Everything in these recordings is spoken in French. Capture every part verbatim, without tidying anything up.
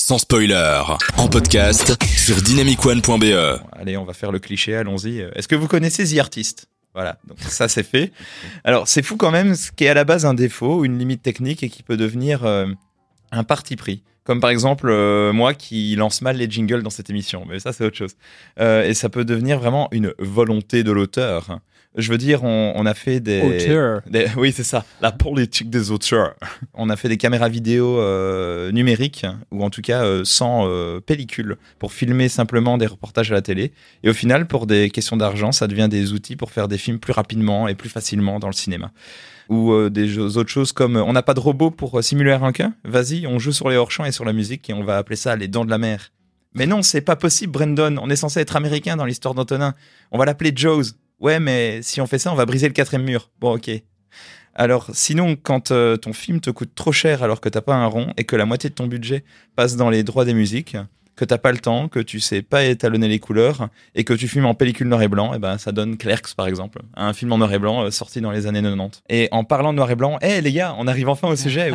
sans spoiler, en podcast sur dynamic one point b e. Allez, on va faire le cliché, allons-y. Est-ce que vous connaissez The Artist ? Voilà, donc ça c'est fait. Alors c'est fou quand même, ce qui est à la base un défaut, une limite technique et qui peut devenir euh, un parti pris. Comme par exemple euh, moi qui lance mal les jingles dans cette émission, mais ça c'est autre chose. Euh, et ça peut devenir vraiment une volonté de l'auteur. Je veux dire, on, on a fait des, Auteur. des... Oui, c'est ça, la politique des auteurs. On a fait des caméras vidéo euh, numériques, ou en tout cas euh, sans euh, pellicule, pour filmer simplement des reportages à la télé. Et au final, pour des questions d'argent, ça devient des outils pour faire des films plus rapidement et plus facilement dans le cinéma. Ou euh, des jeux, autres choses comme euh, on n'a pas de robot pour euh, simuler un requin. Vas-y, on joue sur les hors-champs et sur la musique et on va appeler ça les dents de la mer. Mais non, c'est pas possible, Brandon. On est censé être américain dans l'histoire d'Antonin. On va l'appeler Jaws. Ouais, mais si on fait ça, on va briser le quatrième mur. Bon, ok. Alors, sinon, quand euh, ton film te coûte trop cher alors que t'as pas un rond et que la moitié de ton budget passe dans les droits des musiques, que t'as pas le temps, que tu sais pas étalonner les couleurs et que tu filmes en pellicule noir et blanc, et ben ça donne Clerks par exemple, un film en noir et blanc euh, sorti dans les années quatre-vingt-dix. Et en parlant de noir et blanc, hé hey, les gars, on arrive enfin au sujet.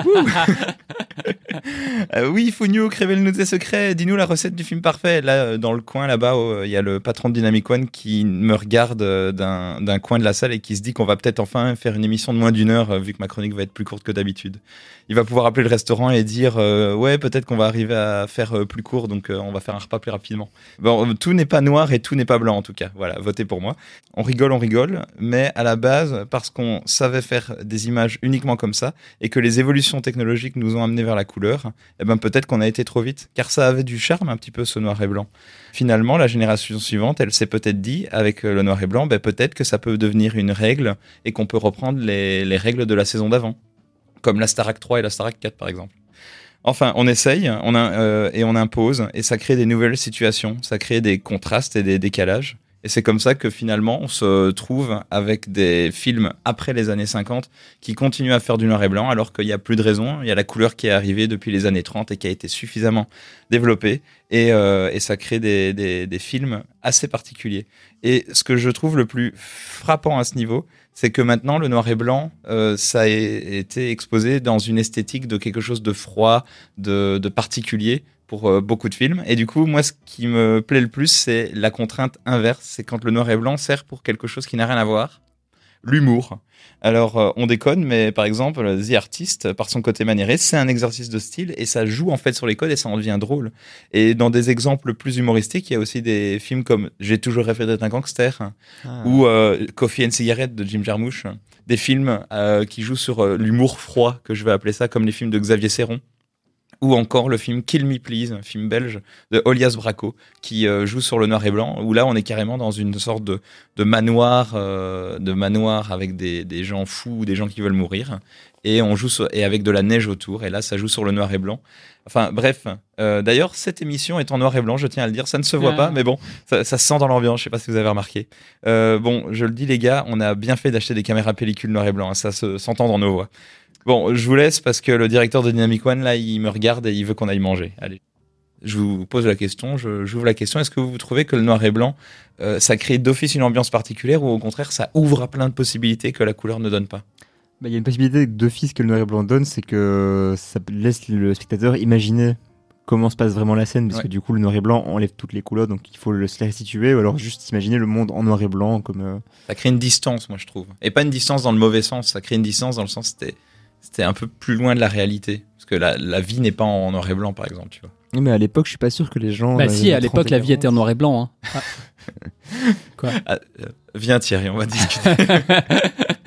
euh, oui, Fougnou, révèle-nous tes secrets, dis-nous la recette du film parfait. Là, dans le coin là-bas, il oh, y a le patron de Dynamic One qui me regarde euh, d'un, d'un coin de la salle et qui se dit qu'on va peut-être enfin faire une émission de moins d'une heure euh, vu que ma chronique va être plus courte que d'habitude. Il va pouvoir appeler le restaurant et dire euh, ouais, peut-être qu'on va arriver à faire euh, plus court, donc euh, on va faire un repas plus rapidement. Bon, tout n'est pas noir et tout n'est pas blanc en tout cas. Voilà, votez pour moi. On rigole, on rigole, mais à la base, parce qu'on savait faire des images uniquement comme ça et que les évolutions technologiques nous ont amené vers la couleur, eh ben peut-être qu'on a été trop vite, car ça avait du charme un petit peu ce noir et blanc. Finalement, la génération suivante, elle s'est peut-être dit, avec le noir et blanc, ben peut-être que ça peut devenir une règle et qu'on peut reprendre les, les règles de la saison d'avant, comme la Starac trois et la Starac quatre par exemple. Enfin, on essaye on a, euh, et on impose, et ça crée des nouvelles situations, ça crée des contrastes et des décalages. Et c'est comme ça que finalement, on se trouve avec des films après les années cinquante qui continuent à faire du noir et blanc alors qu'il n'y a plus de raison. Il y a la couleur qui est arrivée depuis les années trente et qui a été suffisamment développée. Et, euh, et ça crée des, des, des films assez particuliers. Et ce que je trouve le plus frappant à ce niveau, c'est que maintenant, le noir et blanc, euh, ça a été exposé dans une esthétique de quelque chose de froid, de, de particulier, pour euh, beaucoup de films. Et du coup, moi, ce qui me plaît le plus, c'est la contrainte inverse. C'est quand le noir et blanc sert pour quelque chose qui n'a rien à voir. L'humour. Alors, euh, on déconne, mais par exemple, The Artist, par son côté maniéré, c'est un exercice de style et ça joue en fait sur les codes et ça en devient drôle. Et dans des exemples plus humoristiques, il y a aussi des films comme J'ai toujours rêvé d'être un gangster ah. ou euh, Coffee and Cigarette de Jim Jarmusch. Des films euh, qui jouent sur euh, l'humour froid, que je vais appeler ça, comme les films de Xavier Serron. Ou encore le film Kill Me Please, un film belge de Olias Bracco, qui euh, joue sur le noir et blanc, où là on est carrément dans une sorte de, de manoir, euh, de manoir avec des, des gens fous, des gens qui veulent mourir, et on joue sur, et avec de la neige autour, et là ça joue sur le noir et blanc. Enfin bref, euh, d'ailleurs cette émission est en noir et blanc, je tiens à le dire, ça ne se voit ah. pas, mais bon, ça, ça se sent dans l'ambiance, je sais pas si vous avez remarqué. Euh, bon, je le dis les gars, on a bien fait d'acheter des caméras pellicule noir et blanc, hein, ça se, s'entend dans nos voix. Bon, je vous laisse parce que le directeur de Dynamic One, là, il me regarde et il veut qu'on aille manger. Allez. Je vous pose la question, je, j'ouvre la question. Est-ce que vous trouvez que le noir et blanc, euh, ça crée d'office une ambiance particulière ou au contraire, ça ouvre à plein de possibilités que la couleur ne donne pas ? Bah, y a une possibilité d'office que le noir et blanc donne, c'est que ça laisse le spectateur imaginer comment se passe vraiment la scène, parce ouais. que du coup, le noir et blanc enlève toutes les couleurs, donc il faut le, se les restituer, ou alors juste imaginer le monde en noir et blanc. comme. Euh... Ça crée une distance, moi, je trouve. Et pas une distance dans le mauvais sens, ça crée une distance dans le sens c'était... C'était un peu plus loin de la réalité. Parce que la, la vie n'est pas en noir et blanc, par exemple. Tu vois. Oui, mais à l'époque, je suis pas sûr que les gens... Bah si, à l'époque, la vie était en noir et blanc. Hein. Ah. Quoi ah, euh, Viens Thierry, on va discuter.